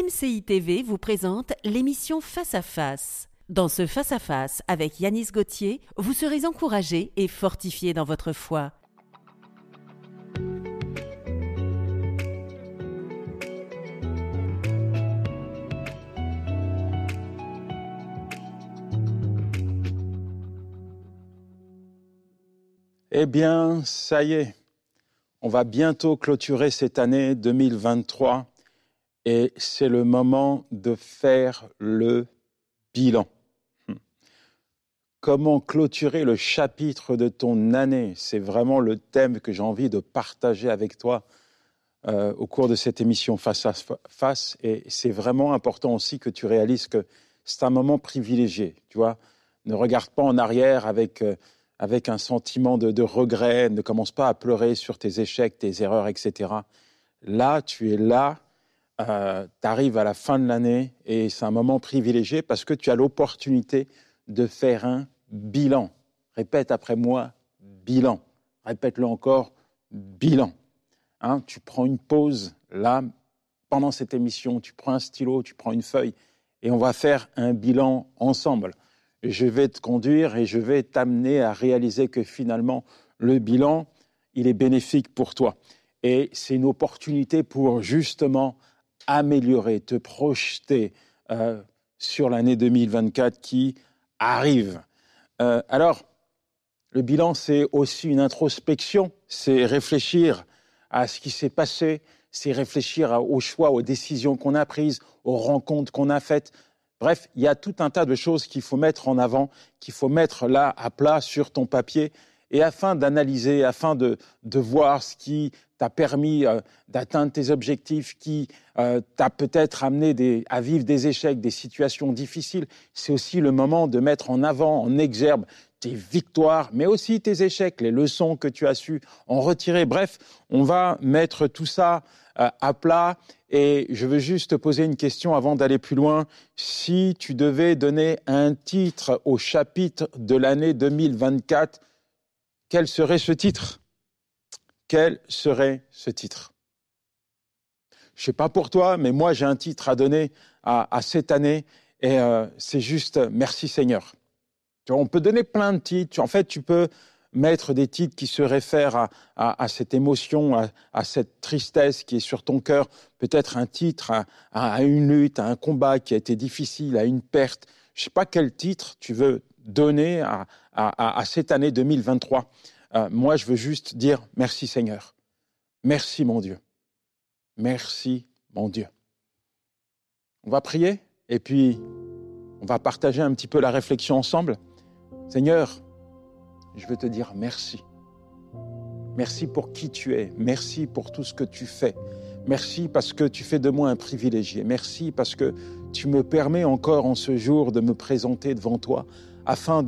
MCI TV vous présente l'émission Face à Face. Dans ce Face à Face avec Yanis Gauthier, vous serez encouragé et fortifié dans votre foi. Eh bien, ça y est, on va bientôt clôturer cette année 2023 et c'est le moment de faire le bilan. Comment clôturer le chapitre de ton année? C'est vraiment le thème que j'ai envie de partager avec toi au cours de cette émission Face à Face. Et c'est vraiment important aussi que tu réalises que c'est un moment privilégié. Tu vois, ne regarde pas en arrière avec un sentiment de regret, ne commence pas à pleurer sur tes échecs, tes erreurs, etc. Là, tu es là, tu arrives à la fin de l'année et c'est un moment privilégié parce que tu as l'opportunité de faire un bilan. Répète après moi, bilan. Répète-le encore, bilan. Hein, tu prends une pause, là, pendant cette émission, tu prends un stylo, tu prends une feuille et on va faire un bilan ensemble. Je vais te conduire et je vais t'amener à réaliser que finalement, le bilan, il est bénéfique pour toi. Et c'est une opportunité pour justement améliorer, te projeter sur l'année 2024 qui arrive. Alors, le bilan, c'est aussi une introspection, c'est réfléchir à ce qui s'est passé, c'est réfléchir aux choix, aux décisions qu'on a prises, aux rencontres qu'on a faites. Bref, il y a tout un tas de choses qu'il faut mettre en avant, qu'il faut mettre là à plat sur ton papier, et afin d'analyser, afin de voir ce qui t'a permis d'atteindre tes objectifs, qui t'a peut-être amené à vivre des échecs, des situations difficiles. C'est aussi le moment de mettre en avant, en exergue, tes victoires, mais aussi tes échecs, les leçons que tu as su en retirer. Bref, on va mettre tout ça à plat. Et je veux juste te poser une question avant d'aller plus loin. Si tu devais donner un titre au chapitre de l'année 2024, quel serait ce titre? Quel serait ce titre? Je ne sais pas pour toi, mais moi j'ai un titre à donner à cette année et c'est juste « Merci Seigneur ». Tu vois, on peut donner plein de titres. En fait, tu peux mettre des titres qui se réfèrent à cette émotion, à cette tristesse qui est sur ton cœur. Peut-être un titre à une lutte, à un combat qui a été difficile, à une perte. Je ne sais pas quel titre tu veux donner à cette année 2023. Moi, je veux juste dire merci Seigneur. Merci mon Dieu. Merci mon Dieu. On va prier et puis on va partager un petit peu la réflexion ensemble. Seigneur, je veux te dire merci. Merci pour qui tu es. Merci pour tout ce que tu fais. Merci parce que tu fais de moi un privilégié. Merci parce que tu me permets encore en ce jour de me présenter devant toi afin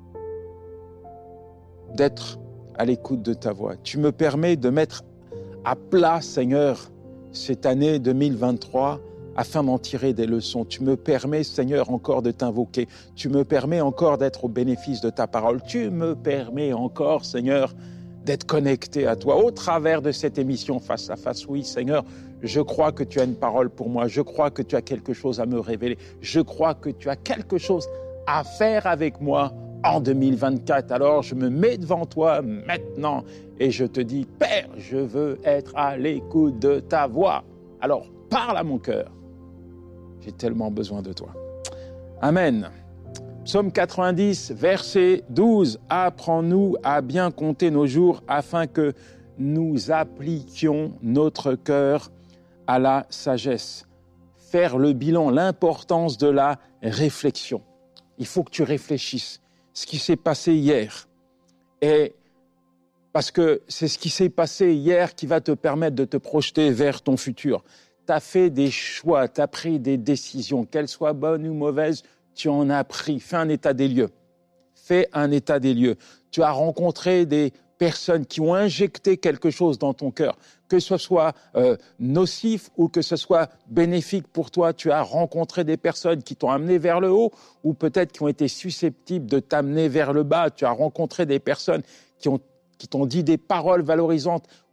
d'être à l'écoute de ta voix. Tu me permets de mettre à plat, Seigneur, cette année 2023 afin d'en tirer des leçons. Tu me permets, Seigneur, encore de t'invoquer. Tu me permets encore d'être au bénéfice de ta parole. Tu me permets encore, Seigneur, d'être connecté à toi au travers de cette émission Face à Face. Oui, Seigneur, je crois que tu as une parole pour moi. Je crois que tu as quelque chose à me révéler. Je crois que tu as quelque chose à faire avec moi en 2024. Alors, je me mets devant toi maintenant et je te dis, Père, je veux être à l'écoute de ta voix. Alors, parle à mon cœur. J'ai tellement besoin de toi. Amen. Psaume 90, verset 12. Apprends-nous à bien compter nos jours afin que nous appliquions notre cœur à la sagesse. Faire le bilan, l'importance de la réflexion. Il faut que tu réfléchisses ce qui s'est passé hier. Et parce que c'est ce qui s'est passé hier qui va te permettre de te projeter vers ton futur. Tu as fait des choix, tu as pris des décisions, qu'elles soient bonnes ou mauvaises, tu en as pris. Fais un état des lieux. Fais un état des lieux. Tu as rencontré des personnes qui ont injecté quelque chose dans ton cœur, que ce soit nocif ou que ce soit bénéfique pour toi. Tu as rencontré des personnes qui t'ont amené vers le haut ou peut-être qui ont été susceptibles de t'amener vers le bas. Tu as rencontré des personnes qui t'ont dit des paroles valorisantes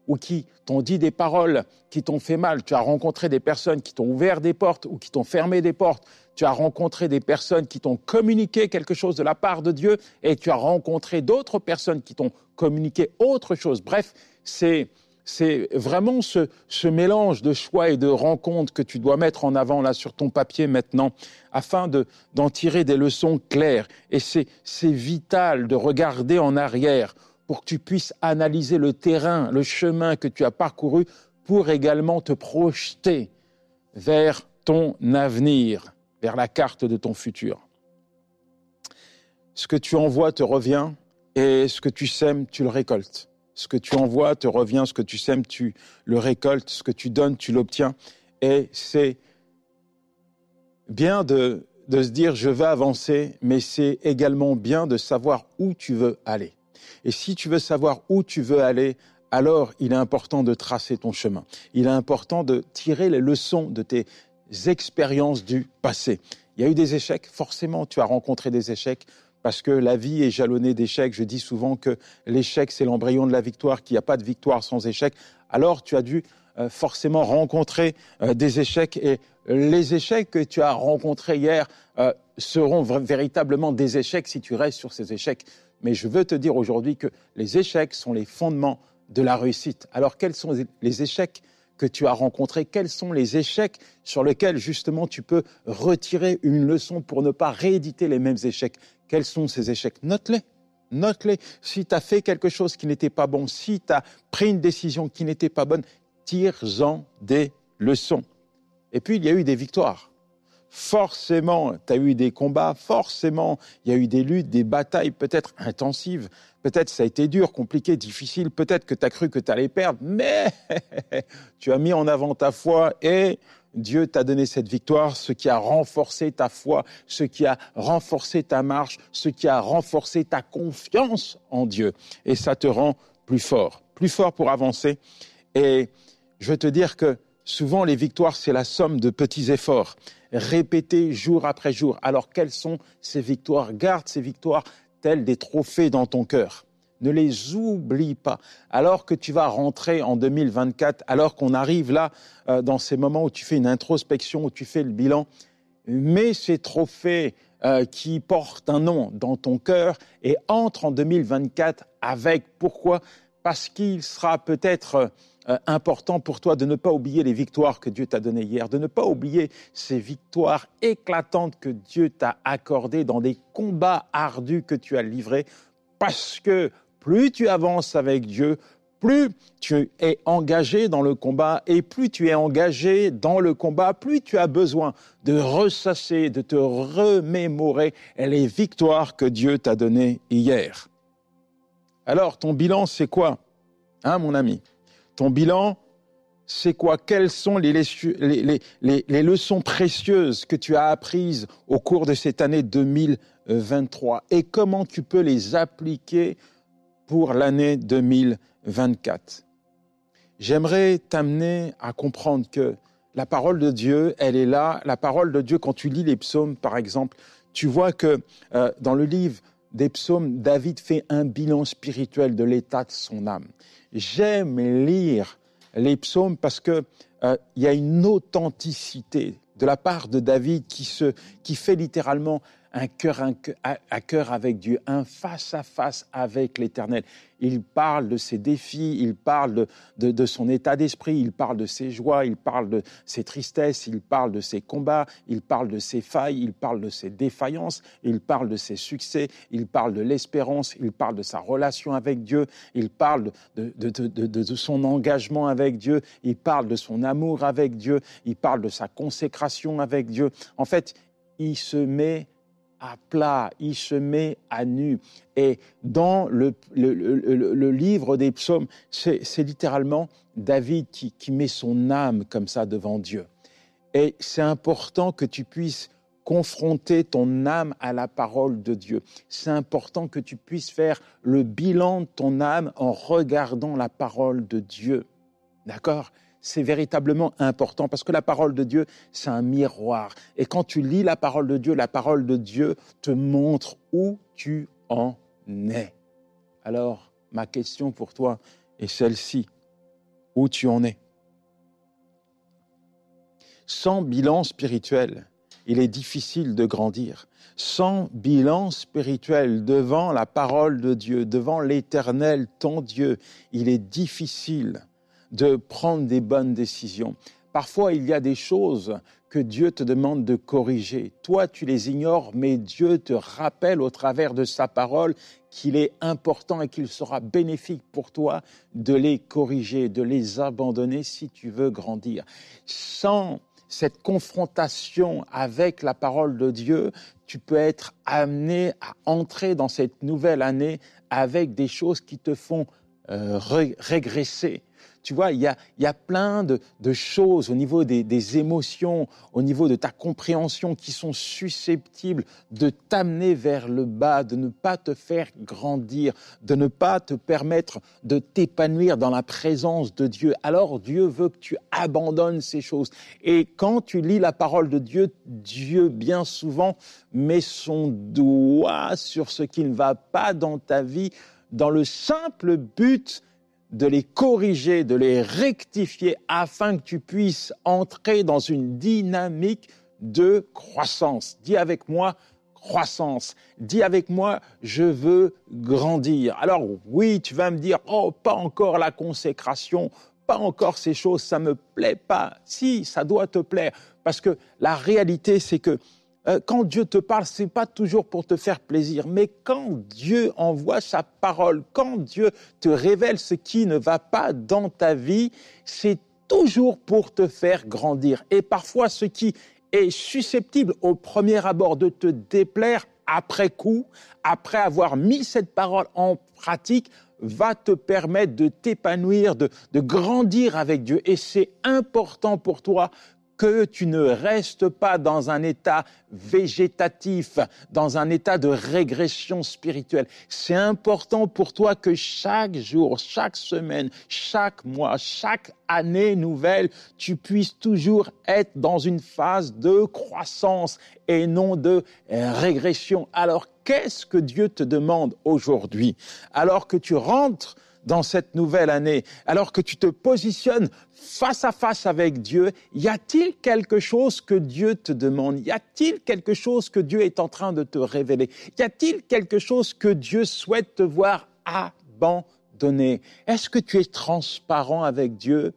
ou qui t'ont dit des paroles qui t'ont fait mal. Tu as rencontré des personnes qui t'ont ouvert des portes ou qui t'ont fermé des portes. Tu as rencontré des personnes qui t'ont communiqué quelque chose de la part de Dieu et tu as rencontré d'autres personnes qui t'ont communiqué autre chose. Bref, c'est vraiment ce mélange de choix et de rencontres que tu dois mettre en avant là sur ton papier maintenant afin d'en tirer des leçons claires. Et c'est vital de regarder en arrière pour que tu puisses analyser le terrain, le chemin que tu as parcouru pour également te projeter vers ton avenir, vers la carte de ton futur. Ce que tu envoies te revient et ce que tu sèmes, tu le récoltes. Ce que tu envoies te revient, ce que tu sèmes, tu le récoltes, ce que tu donnes, tu l'obtiens. Et c'est bien de se dire je veux avancer, mais c'est également bien de savoir où tu veux aller. Et si tu veux savoir où tu veux aller, alors il est important de tracer ton chemin. Il est important de tirer les leçons de tes expériences du passé. Il y a eu des échecs, forcément tu as rencontré des échecs, parce que la vie est jalonnée d'échecs. Je dis souvent que l'échec, c'est l'embryon de la victoire, qu'il n'y a pas de victoire sans échec. Alors, tu as dû forcément rencontrer des échecs. Et les échecs que tu as rencontrés hier seront véritablement des échecs si tu restes sur ces échecs. Mais je veux te dire aujourd'hui que les échecs sont les fondements de la réussite. Alors, quels sont les échecs que tu as rencontrés? Quels sont les échecs sur lesquels, justement, tu peux retirer une leçon pour ne pas rééditer les mêmes échecs? Quels sont ces échecs? Note-les. Note-les. Si tu as fait quelque chose qui n'était pas bon, si tu as pris une décision qui n'était pas bonne, tire-en des leçons. Et puis, il y a eu des victoires. Forcément, tu as eu des combats, forcément, il y a eu des luttes, des batailles peut-être intensives, peut-être ça a été dur, compliqué, difficile, peut-être que tu as cru que tu allais perdre, mais tu as mis en avant ta foi et Dieu t'a donné cette victoire, ce qui a renforcé ta foi, ce qui a renforcé ta marche, ce qui a renforcé ta confiance en Dieu. Et ça te rend plus fort pour avancer. Et je veux te dire que souvent, les victoires, c'est la somme de petits efforts, répétés jour après jour. Alors, quelles sont ces victoires? Garde ces victoires telles des trophées dans ton cœur. Ne les oublie pas. Alors que tu vas rentrer en 2024, alors qu'on arrive là, dans ces moments où tu fais une introspection, où tu fais le bilan, mets ces trophées qui portent un nom dans ton cœur et entre en 2024 avec. Pourquoi? Parce qu'il sera peut-être important pour toi de ne pas oublier les victoires que Dieu t'a données hier, de ne pas oublier ces victoires éclatantes que Dieu t'a accordées dans des combats ardus que tu as livrés, parce que plus tu avances avec Dieu, plus tu es engagé dans le combat et plus tu es engagé dans le combat, plus tu as besoin de ressasser, de te remémorer les victoires que Dieu t'a données hier. Alors, ton bilan, c'est quoi, mon ami? Ton bilan, c'est quoi? Quelles sont les leçons précieuses que tu as apprises au cours de cette année 2023 et comment tu peux les appliquer pour l'année 2024? J'aimerais t'amener à comprendre que la parole de Dieu, elle est là. La parole de Dieu, quand tu lis les psaumes, par exemple, tu vois que dans le livre des psaumes, David fait un bilan spirituel de l'état de son âme. J'aime lire les psaumes parce que il y a une authenticité de la part de David qui fait littéralement un cœur à cœur avec Dieu, un face-à-face avec l'Éternel. Il parle de ses défis, il parle de son état d'esprit, il parle de ses joies, il parle de ses tristesses, il parle de ses combats, il parle de ses failles, il parle de ses défaillances, il parle de ses succès, il parle de l'espérance, il parle de sa relation avec Dieu, il parle de son engagement avec Dieu, il parle de son amour avec Dieu, il parle de sa consécration avec Dieu. En fait, il se met à plat, il se met à nu. Et dans le livre des psaumes, c'est littéralement David qui met son âme comme ça devant Dieu. Et c'est important que tu puisses confronter ton âme à la parole de Dieu. C'est important que tu puisses faire le bilan de ton âme en regardant la parole de Dieu. D'accord ? C'est véritablement important parce que la parole de Dieu, c'est un miroir. Et quand tu lis la parole de Dieu te montre où tu en es. Alors, ma question pour toi est celle-ci. où tu en es. Sans bilan spirituel, il est difficile de grandir. Sans bilan spirituel devant la parole de Dieu, devant l'Éternel, ton Dieu, il est difficile de prendre des bonnes décisions. Parfois, il y a des choses que Dieu te demande de corriger. Toi, tu les ignores, mais Dieu te rappelle au travers de sa parole qu'il est important et qu'il sera bénéfique pour toi de les corriger, de les abandonner si tu veux grandir. Sans cette confrontation avec la parole de Dieu, tu peux être amené à entrer dans cette nouvelle année avec des choses qui te font régresser. Tu vois, il y a plein de choses au niveau des émotions, au niveau de ta compréhension qui sont susceptibles de t'amener vers le bas, de ne pas te faire grandir, de ne pas te permettre de t'épanouir dans la présence de Dieu. Alors Dieu veut que tu abandonnes ces choses. Et quand tu lis la parole de Dieu, Dieu bien souvent met son doigt sur ce qui ne va pas dans ta vie dans le simple but de les corriger, de les rectifier afin que tu puisses entrer dans une dynamique de croissance. Dis avec moi, croissance. Dis avec moi, je veux grandir. Alors oui, tu vas me dire, oh, pas encore la consécration, pas encore ces choses, ça me plaît pas. Si, ça doit te plaire, parce que la réalité, c'est que quand Dieu te parle, c'est pas toujours pour te faire plaisir, mais quand Dieu envoie sa parole, quand Dieu te révèle ce qui ne va pas dans ta vie, c'est toujours pour te faire grandir. Et parfois, ce qui est susceptible au premier abord de te déplaire après coup, après avoir mis cette parole en pratique, va te permettre de t'épanouir, de grandir avec Dieu. Et c'est important pour toi que tu ne restes pas dans un état végétatif, dans un état de régression spirituelle. C'est important pour toi que chaque jour, chaque semaine, chaque mois, chaque année nouvelle, tu puisses toujours être dans une phase de croissance et non de régression. Alors, qu'est-ce que Dieu te demande aujourd'hui? Alors que tu rentres dans cette nouvelle année, alors que tu te positionnes face à face avec Dieu, y a-t-il quelque chose que Dieu te demande? Y a-t-il quelque chose que Dieu est en train de te révéler? Y a-t-il quelque chose que Dieu souhaite te voir abandonner? Est-ce que tu es transparent avec Dieu?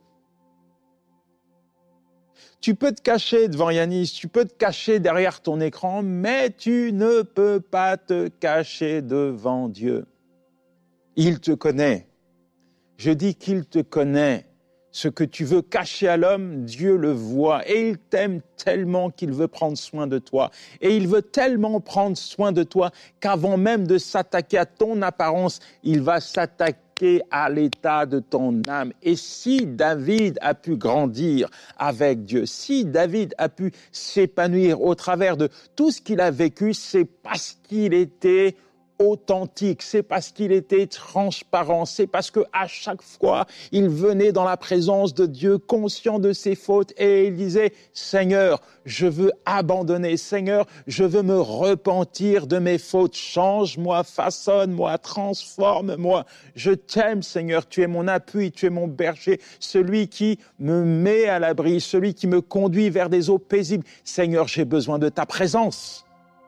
Tu peux te cacher devant Yanis, tu peux te cacher derrière ton écran, mais tu ne peux pas te cacher devant Dieu. Il te connaît. Je dis qu'il te connaît. Ce que tu veux cacher à l'homme, Dieu le voit. Et il t'aime tellement qu'il veut prendre soin de toi. Et il veut tellement prendre soin de toi qu'avant même de s'attaquer à ton apparence, il va s'attaquer à l'état de ton âme. Et si David a pu grandir avec Dieu, si David a pu s'épanouir au travers de tout ce qu'il a vécu, c'est parce qu'il était authentique, c'est parce qu'il était transparent, c'est parce que à chaque fois, il venait dans la présence de Dieu conscient de ses fautes et il disait, Seigneur, je veux abandonner, Seigneur, je veux me repentir de mes fautes, change-moi, façonne-moi, transforme-moi, je t'aime, Seigneur, tu es mon appui, tu es mon berger, celui qui me met à l'abri, celui qui me conduit vers des eaux paisibles. Seigneur, j'ai besoin de ta présence.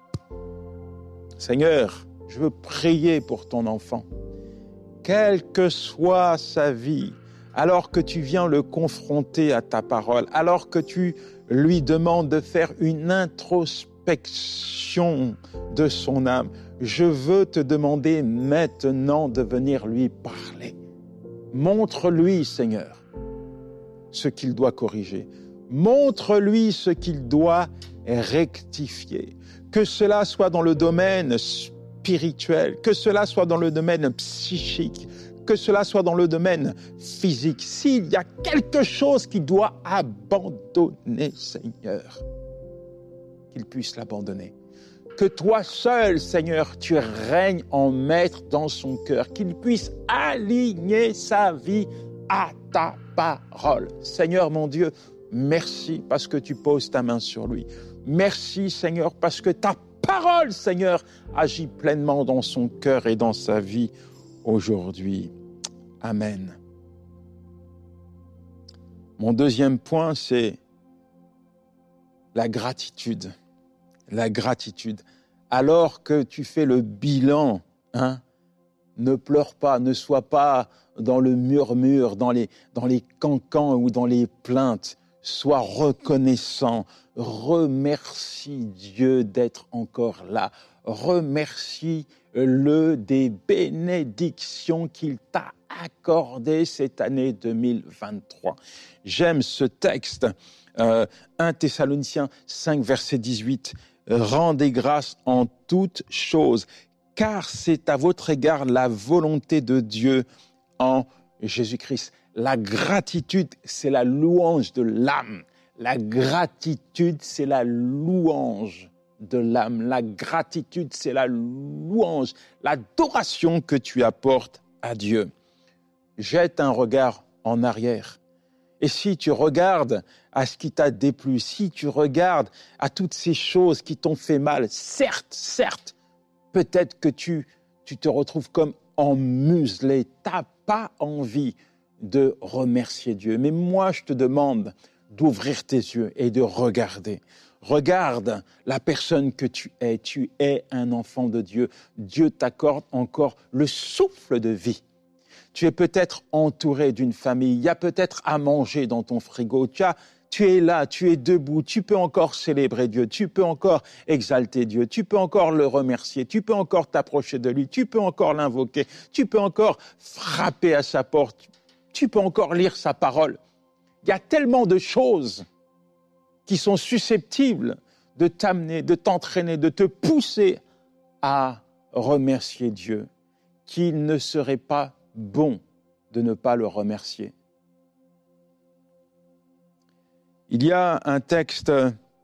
Seigneur, je veux prier pour ton enfant. Quelle que soit sa vie, alors que tu viens le confronter à ta parole, alors que tu lui demandes de faire une introspection de son âme, je veux te demander maintenant de venir lui parler. Montre-lui, Seigneur, ce qu'il doit corriger. Montre-lui ce qu'il doit rectifier. Que cela soit dans le domaine spirituel, que cela soit dans le domaine psychique, que cela soit dans le domaine physique. S'il y a quelque chose qui doit abandonner, Seigneur, qu'il puisse l'abandonner. Que toi seul, Seigneur, tu règnes en maître dans son cœur, qu'il puisse aligner sa vie à ta parole. Seigneur mon Dieu, merci parce que tu poses ta main sur lui. Merci, Seigneur, parce que ta parole, Seigneur, agit pleinement dans son cœur et dans sa vie aujourd'hui. Amen. Mon deuxième point, c'est la gratitude. La gratitude. Alors que tu fais le bilan, ne pleure pas, ne sois pas dans le murmure, dans les cancans ou dans les plaintes. Sois reconnaissant. Remercie Dieu d'être encore là. Remercie-le des bénédictions qu'il t'a accordées cette année 2023. J'aime ce texte, 1 Thessaloniciens 5, verset 18. Rendez grâce en toutes choses, car c'est à votre égard la volonté de Dieu en Jésus-Christ. La gratitude, c'est la louange de l'âme. La gratitude, c'est la louange de l'âme. La gratitude, c'est la louange, l'adoration que tu apportes à Dieu. Jette un regard en arrière. Et si tu regardes à ce qui t'a déplu, si tu regardes à toutes ces choses qui t'ont fait mal, certes, peut-être que tu te retrouves comme emmuselé. Tu n'as pas envie de remercier Dieu. Mais moi, je te demande d'ouvrir tes yeux et de regarder. Regarde la personne que tu es. Tu es un enfant de Dieu. Dieu t'accorde encore le souffle de vie. Tu es peut-être entouré d'une famille. Il y a peut-être à manger dans ton frigo. Tu es là, tu es debout. Tu peux encore célébrer Dieu. Tu peux encore exalter Dieu. Tu peux encore le remercier. Tu peux encore t'approcher de lui. Tu peux encore l'invoquer. Tu peux encore frapper à sa porte. Tu peux encore lire sa parole. Il y a tellement de choses qui sont susceptibles de t'amener, de t'entraîner, de te pousser à remercier Dieu, qu'il ne serait pas bon de ne pas le remercier. Il y a un texte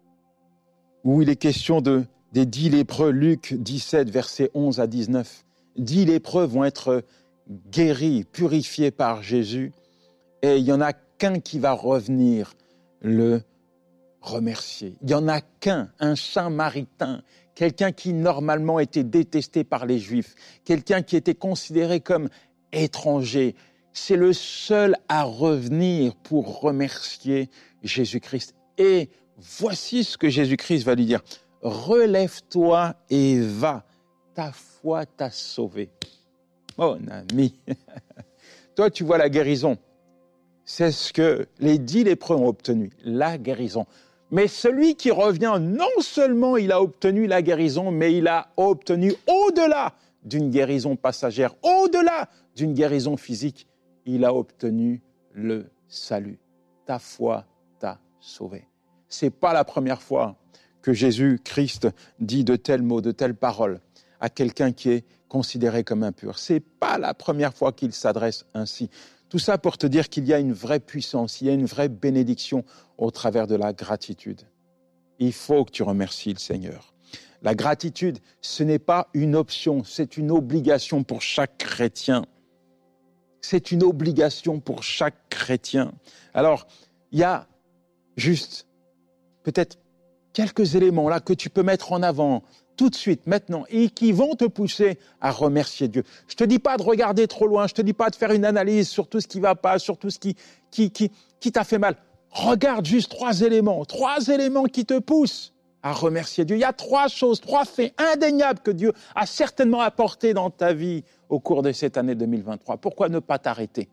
où il est question des 10 lépreux, Luc 17, versets 11 à 19. 10 lépreux vont être guéris, purifiés par Jésus, et il n'y en a qu'un qui va revenir le remercier. Il n'y en a qu'un, un Samaritain, quelqu'un qui normalement était détesté par les Juifs, quelqu'un qui était considéré comme étranger. C'est le seul à revenir pour remercier Jésus-Christ. Et voici ce que Jésus-Christ va lui dire. Relève-toi et va, ta foi t'a sauvé. Mon ami, toi tu vois la guérison. C'est ce que les 10 lépreux ont obtenu, la guérison. Mais celui qui revient, non seulement il a obtenu la guérison, mais il a obtenu au-delà d'une guérison passagère, au-delà d'une guérison physique, il a obtenu le salut. Ta foi t'a sauvé. C'est pas la première fois que Jésus-Christ dit de tels mots, de telles paroles à quelqu'un qui est considéré comme impur. C'est pas la première fois qu'il s'adresse ainsi. Tout ça pour te dire qu'il y a une vraie puissance, il y a une vraie bénédiction au travers de la gratitude. Il faut que tu remercies le Seigneur. La gratitude, ce n'est pas une option, c'est une obligation pour chaque chrétien. C'est une obligation pour chaque chrétien. Alors, il y a juste peut-être quelques éléments là que tu peux mettre en avant tout de suite, maintenant, et qui vont te pousser à remercier Dieu. Je ne te dis pas de regarder trop loin, je ne te dis pas de faire une analyse sur tout ce qui ne va pas, sur tout ce qui t'a fait mal. Regarde juste 3 éléments qui te poussent à remercier Dieu. Il y a 3 choses, 3 faits indéniables que Dieu a certainement apportés dans ta vie au cours de cette année 2023. Pourquoi ne pas t'arrêter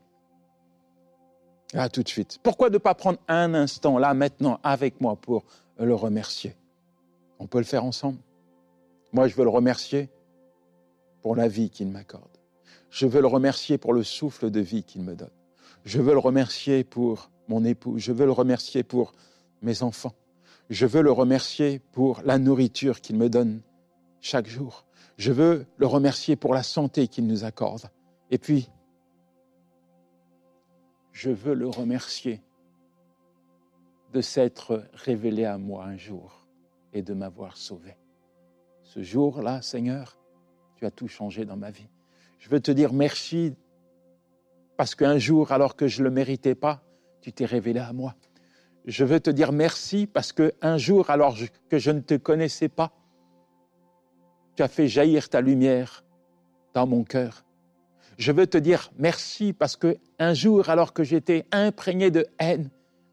là tout de suite? Pourquoi ne pas prendre un instant, là, maintenant, avec moi pour le remercier? On peut le faire ensemble. Moi, je veux le remercier pour la vie qu'il m'accorde. Je veux le remercier pour le souffle de vie qu'il me donne. Je veux le remercier pour mon époux. Je veux le remercier pour mes enfants. Je veux le remercier pour la nourriture qu'il me donne chaque jour. Je veux le remercier pour la santé qu'il nous accorde. Et puis, je veux le remercier de s'être révélé à moi un jour et de m'avoir sauvé. Ce jour-là, Seigneur, tu as tout changé dans ma vie. Je veux te dire merci parce qu'un jour, alors que je ne le méritais pas, tu t'es révélé à moi. Je veux te dire merci parce qu'un jour, alors que je ne te connaissais pas, tu as fait jaillir ta lumière dans mon cœur. Je veux te dire merci parce qu'un jour, alors que j'étais imprégné de haine,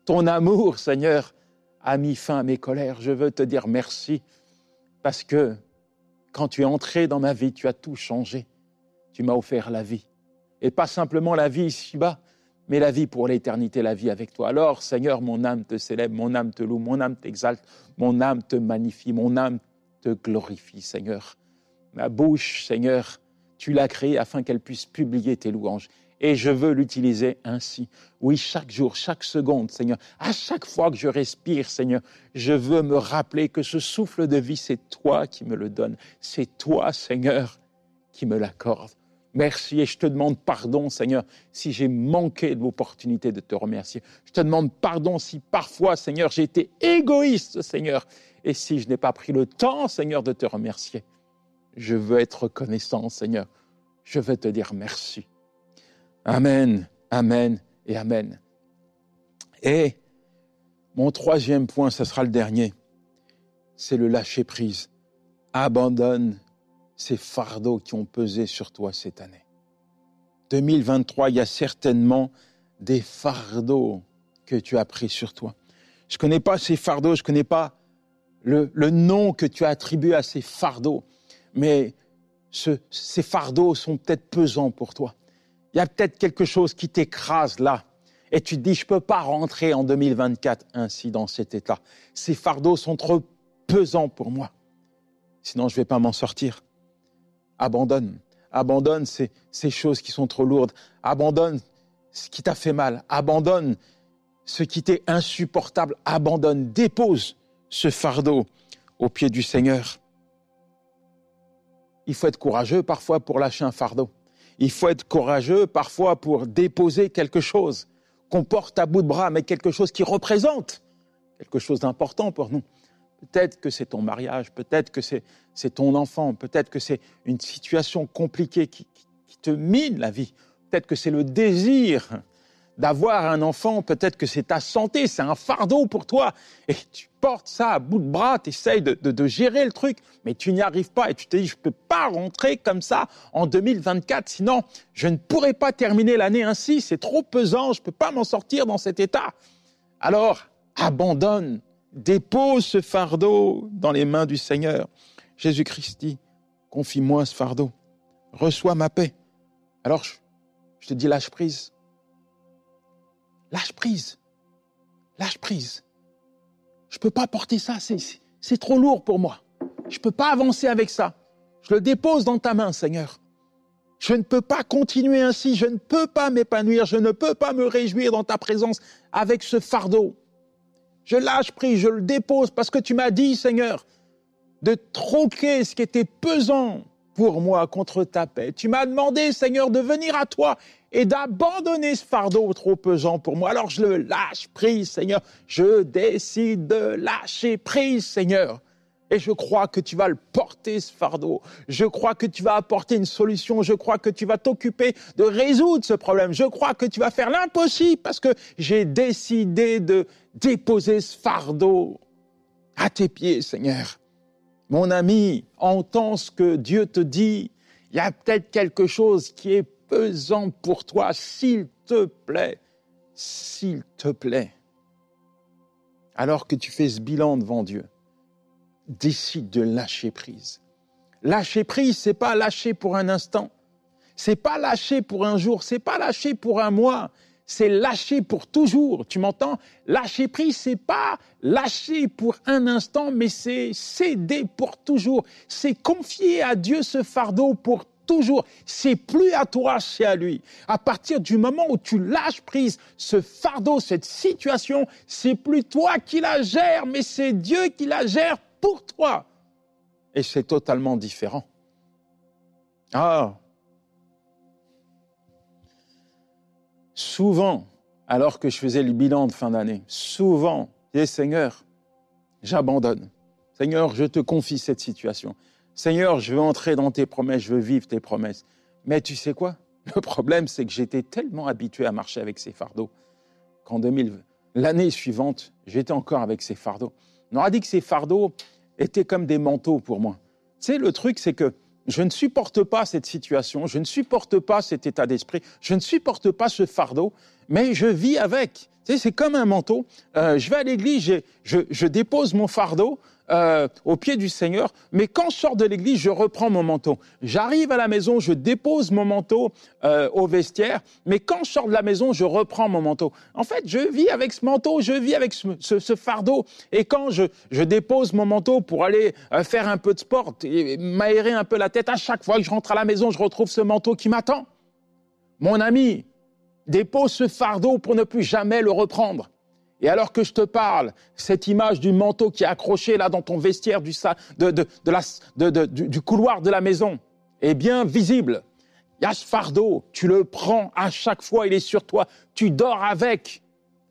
Ton amour, Seigneur, a mis fin à mes colères. Je veux te dire merci parce que quand tu es entré dans ma vie, tu as tout changé. Tu m'as offert la vie. Et pas simplement la vie ici-bas, mais la vie pour l'éternité, la vie avec toi. Alors, Seigneur, mon âme te célèbre, mon âme te loue, mon âme t'exalte, mon âme te magnifie, mon âme te glorifie, Seigneur. Ma bouche, Seigneur, tu l'as créée afin qu'elle puisse publier tes louanges. Et je veux l'utiliser ainsi. Oui, chaque jour, chaque seconde, Seigneur, à chaque fois que je respire, Seigneur, je veux me rappeler que ce souffle de vie, c'est toi qui me le donnes. C'est toi, Seigneur, qui me l'accorde. Merci et je te demande pardon, Seigneur, si j'ai manqué de l'opportunité de te remercier. Je te demande pardon si parfois, Seigneur, j'ai été égoïste, Seigneur, et si je n'ai pas pris le temps, Seigneur, de te remercier. Je veux être reconnaissant, Seigneur. Je veux te dire merci. Amen, amen et amen. Et mon troisième point, ce sera le dernier, c'est le lâcher-prise. Abandonne ces fardeaux qui ont pesé sur toi cette année. 2023, il y a certainement des fardeaux que tu as pris sur toi. Je ne connais pas ces fardeaux, je ne connais pas le nom que tu as attribué à ces fardeaux, mais ces fardeaux sont peut-être pesants pour toi. Il y a peut-être quelque chose qui t'écrase là. Et tu te dis, je ne peux pas rentrer en 2024 ainsi dans cet état. Ces fardeaux sont trop pesants pour moi. Sinon, je ne vais pas m'en sortir. Abandonne. Abandonne ces choses qui sont trop lourdes. Abandonne ce qui t'a fait mal. Abandonne ce qui t'est insupportable. Abandonne. Dépose ce fardeau aux pieds du Seigneur. Il faut être courageux parfois pour lâcher un fardeau. Il faut être courageux parfois pour déposer quelque chose qu'on porte à bout de bras, mais quelque chose qui représente quelque chose d'important pour nous. Peut-être que c'est ton mariage, peut-être que c'est ton enfant, peut-être que c'est une situation compliquée qui te mine la vie. Peut-être que c'est le désir d'avoir un enfant, peut-être que c'est ta santé, c'est un fardeau pour toi. Et tu portes ça à bout de bras, tu essayes de gérer le truc, mais tu n'y arrives pas. Et tu te dis, je ne peux pas rentrer comme ça en 2024, sinon je ne pourrai pas terminer l'année ainsi, c'est trop pesant, je ne peux pas m'en sortir dans cet état. Alors, abandonne, dépose ce fardeau dans les mains du Seigneur. Jésus-Christ dit, confie-moi ce fardeau, reçois ma paix. Alors, je te dis, lâche prise. Lâche prise. Lâche prise. Je ne peux pas porter ça, c'est trop lourd pour moi. Je ne peux pas avancer avec ça. Je le dépose dans ta main, Seigneur. Je ne peux pas continuer ainsi, je ne peux pas m'épanouir, je ne peux pas me réjouir dans ta présence avec ce fardeau. Je lâche prise, je le dépose parce que tu m'as dit, Seigneur, de troquer ce qui était pesant pour moi contre ta paix. Tu m'as demandé, Seigneur, de venir à toi et d'abandonner ce fardeau trop pesant pour moi. Alors je le lâche prise, Seigneur. Je décide de lâcher prise, Seigneur. Et je crois que tu vas le porter, ce fardeau. Je crois que tu vas apporter une solution. Je crois que tu vas t'occuper de résoudre ce problème. Je crois que tu vas faire l'impossible parce que j'ai décidé de déposer ce fardeau à tes pieds, Seigneur. Mon ami, entends ce que Dieu te dit. Il y a peut-être quelque chose qui est pesant pour toi. S'il te plaît, alors que tu fais ce bilan devant Dieu, décide de lâcher prise. Lâcher prise, c'est pas lâcher pour un instant. C'est pas lâcher pour un jour. C'est pas lâcher pour un mois. C'est lâcher pour toujours. Tu m'entends? Lâcher prise, c'est pas lâcher pour un instant, mais c'est céder pour toujours. C'est confier à Dieu ce fardeau pour toujours. C'est plus à toi, c'est à lui. À partir du moment où tu lâches prise, ce fardeau, cette situation, c'est plus toi qui la gères, mais c'est Dieu qui la gère pour toi. Et c'est totalement différent. Souvent, alors que je faisais le bilan de fin d'année, souvent, je disais, Seigneur, j'abandonne. Seigneur, je te confie cette situation. Seigneur, je veux entrer dans tes promesses, je veux vivre tes promesses. Mais tu sais quoi? Le problème, c'est que j'étais tellement habitué à marcher avec ces fardeaux qu'en l'année suivante, j'étais encore avec ces fardeaux. On aura dit que ces fardeaux étaient comme des manteaux pour moi. Tu sais, le truc, c'est que je ne supporte pas cette situation, je ne supporte pas cet état d'esprit, je ne supporte pas ce fardeau, mais je vis avec. Tu sais, c'est comme un manteau. Je vais à l'église, je dépose mon fardeau au pied du Seigneur, mais quand je sors de l'église, je reprends mon manteau. J'arrive à la maison, je dépose mon manteau au vestiaire, mais quand je sors de la maison, je reprends mon manteau. En fait, je vis avec ce manteau, je vis avec ce fardeau, et quand je dépose mon manteau pour aller faire un peu de sport, et m'aérer un peu la tête, à chaque fois que je rentre à la maison, je retrouve ce manteau qui m'attend. Mon ami, dépose ce fardeau pour ne plus jamais le reprendre. Et alors que je te parle, cette image du manteau qui est accroché là dans ton vestiaire du couloir de la maison est bien visible. Il y a ce fardeau, tu le prends à chaque fois, il est sur toi. Tu dors avec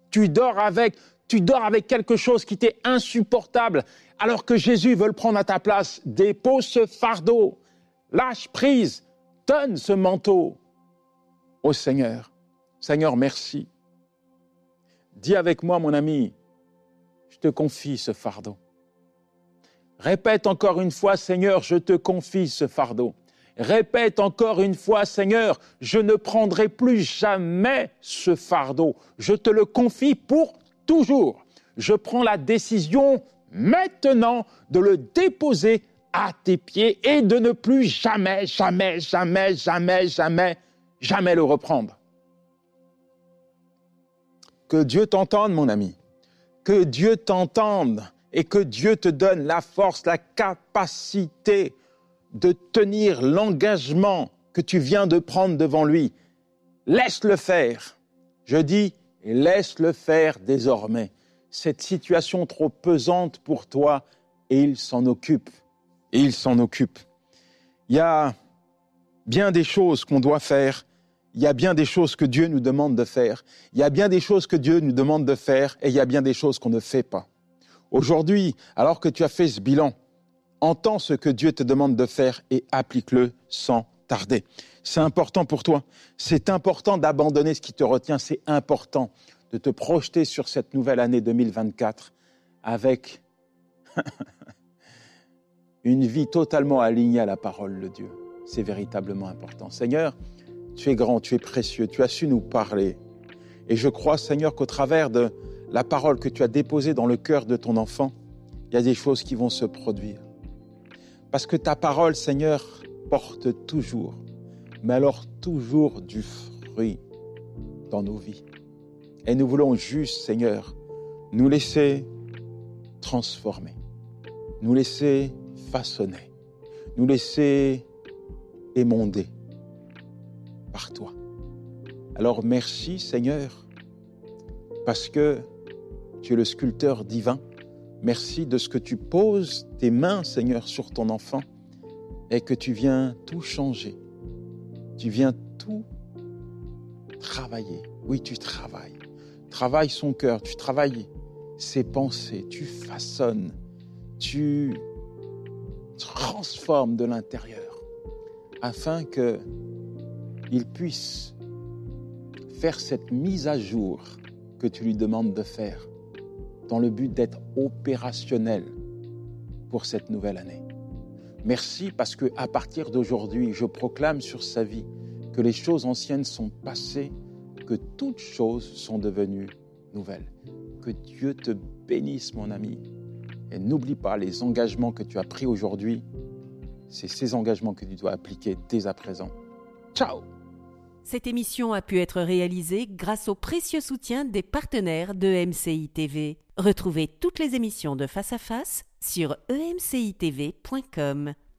quelque chose qui t'est insupportable. Alors que Jésus veut le prendre à ta place, dépose ce fardeau, lâche prise, donne ce manteau au Seigneur. Seigneur, merci. Dis avec moi, mon ami, je te confie ce fardeau. Répète encore une fois, Seigneur, je te confie ce fardeau. Répète encore une fois, Seigneur, je ne prendrai plus jamais ce fardeau. Je te le confie pour toujours. Je prends la décision maintenant de le déposer à tes pieds et de ne plus jamais le reprendre. Que Dieu t'entende, mon ami. Que Dieu t'entende et que Dieu te donne la force, la capacité de tenir l'engagement que tu viens de prendre devant lui. Laisse-le faire. Je dis, laisse-le faire désormais. Cette situation trop pesante pour toi, et il s'en occupe. Et il s'en occupe. Il y a bien des choses qu'on doit faire. Il y a bien des choses que Dieu nous demande de faire. Il y a bien des choses que Dieu nous demande de faire et il y a bien des choses qu'on ne fait pas. Aujourd'hui, alors que tu as fait ce bilan, entends ce que Dieu te demande de faire et applique-le sans tarder. C'est important pour toi. C'est important d'abandonner ce qui te retient. C'est important de te projeter sur cette nouvelle année 2024 avec une vie totalement alignée à la parole de Dieu. C'est véritablement important. Seigneur, tu es grand, tu es précieux, tu as su nous parler. Et je crois, Seigneur, qu'au travers de la parole que tu as déposée dans le cœur de ton enfant, il y a des choses qui vont se produire. Parce que ta parole, Seigneur, porte toujours, mais alors toujours du fruit dans nos vies. Et nous voulons juste, Seigneur, nous laisser transformer, nous laisser façonner, nous laisser émonder par toi. Alors merci Seigneur, parce que tu es le sculpteur divin. Merci de ce que tu poses tes mains, Seigneur, sur ton enfant et que tu viens tout changer. Tu viens tout travailler. Oui, tu travailles. Travaille son cœur, tu travailles ses pensées, tu façonnes, tu transformes de l'intérieur afin qu'il puisse faire cette mise à jour que tu lui demandes de faire dans le but d'être opérationnel pour cette nouvelle année. Merci parce qu'à partir d'aujourd'hui, je proclame sur sa vie que les choses anciennes sont passées, que toutes choses sont devenues nouvelles. Que Dieu te bénisse, mon ami. Et n'oublie pas les engagements que tu as pris aujourd'hui. C'est ces engagements que tu dois appliquer dès à présent. Ciao! Cette émission a pu être réalisée grâce au précieux soutien des partenaires de MCI TV. Retrouvez toutes les émissions de Face à Face sur emcitv.com.